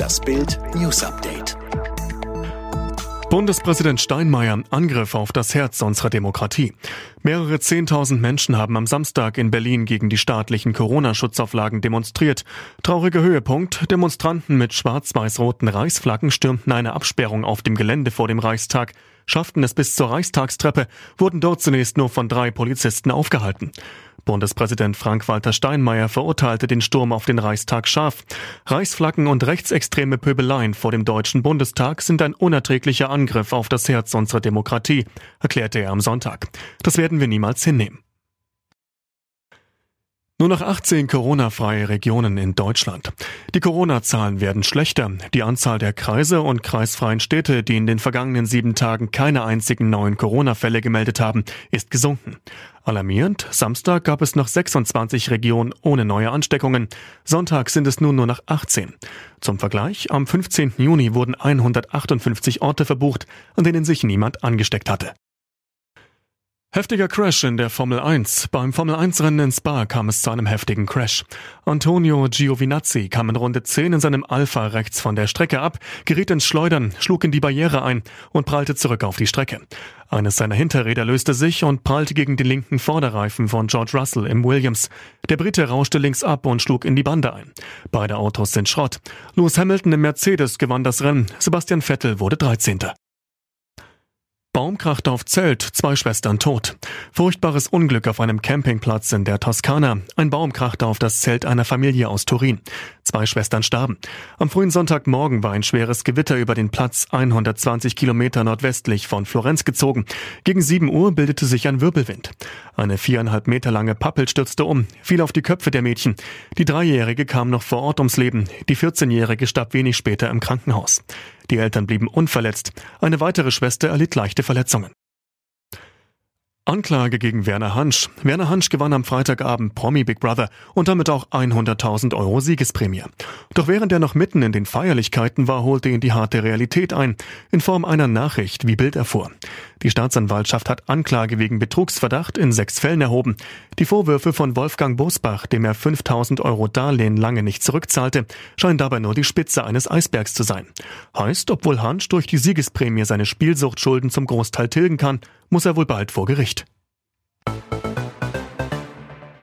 Das Bild News Update. Bundespräsident Steinmeier: Angriff auf das Herz unserer Demokratie. Mehrere 10.000 Menschen haben am Samstag in Berlin gegen die staatlichen Corona-Schutzauflagen demonstriert. Trauriger Höhepunkt: Demonstranten mit schwarz-weiß-roten Reichsflaggen stürmten eine Absperrung auf dem Gelände vor dem Reichstag, schafften es bis zur Reichstagstreppe, wurden dort zunächst nur von 3 Polizisten aufgehalten. Bundespräsident Frank-Walter Steinmeier verurteilte den Sturm auf den Reichstag scharf. Reichsflaggen und rechtsextreme Pöbeleien vor dem Deutschen Bundestag sind ein unerträglicher Angriff auf das Herz unserer Demokratie, erklärte er am Sonntag. Das werden wir niemals hinnehmen. Nur noch 18 Corona-freie Regionen in Deutschland. Die Corona-Zahlen werden schlechter. Die Anzahl der Kreise und kreisfreien Städte, die in den vergangenen 7 Tagen keine einzigen neuen Corona-Fälle gemeldet haben, ist gesunken. Alarmierend: Samstag gab es noch 26 Regionen ohne neue Ansteckungen. Sonntag sind es nun nur noch 18. Zum Vergleich: Am 15. Juni wurden 158 Orte verbucht, an denen sich niemand angesteckt hatte. Heftiger Crash in der Formel 1. Beim Formel-1-Rennen in Spa kam es zu einem heftigen Crash. Antonio Giovinazzi kam in Runde 10 in seinem Alpha rechts von der Strecke ab, geriet ins Schleudern, schlug in die Barriere ein und prallte zurück auf die Strecke. Eines seiner Hinterräder löste sich und prallte gegen den linken Vorderreifen von George Russell im Williams. Der Brite rauschte links ab und schlug in die Bande ein. Beide Autos sind Schrott. Lewis Hamilton im Mercedes gewann das Rennen. Sebastian Vettel wurde 13. Baum kracht auf Zelt, 2 Schwestern tot. Furchtbares Unglück auf einem Campingplatz in der Toskana. Ein Baum krachte auf das Zelt einer Familie aus Turin. 2 Schwestern starben. Am frühen Sonntagmorgen war ein schweres Gewitter über den Platz 120 Kilometer nordwestlich von Florenz gezogen. Gegen 7 Uhr bildete sich ein Wirbelwind. Eine 4,5 Meter lange Pappel stürzte um, fiel auf die Köpfe der Mädchen. Die 3-Jährige kam noch vor Ort ums Leben. Die 14-Jährige starb wenig später im Krankenhaus. Die Eltern blieben unverletzt. Eine weitere Schwester erlitt leichte Verletzungen. Anklage gegen Werner Hansch. Werner Hansch gewann am Freitagabend Promi Big Brother und damit auch 100.000 Euro Siegesprämie. Doch während er noch mitten in den Feierlichkeiten war, holte ihn die harte Realität ein, in Form einer Nachricht, wie Bild erfuhr. Die Staatsanwaltschaft hat Anklage wegen Betrugsverdacht in 6 Fällen erhoben. Die Vorwürfe von Wolfgang Bosbach, dem er 5.000 Euro Darlehen lange nicht zurückzahlte, scheinen dabei nur die Spitze eines Eisbergs zu sein. Heißt, obwohl Hansch durch die Siegesprämie seine Spielsuchtschulden zum Großteil tilgen kann, muss er wohl bald vor Gericht.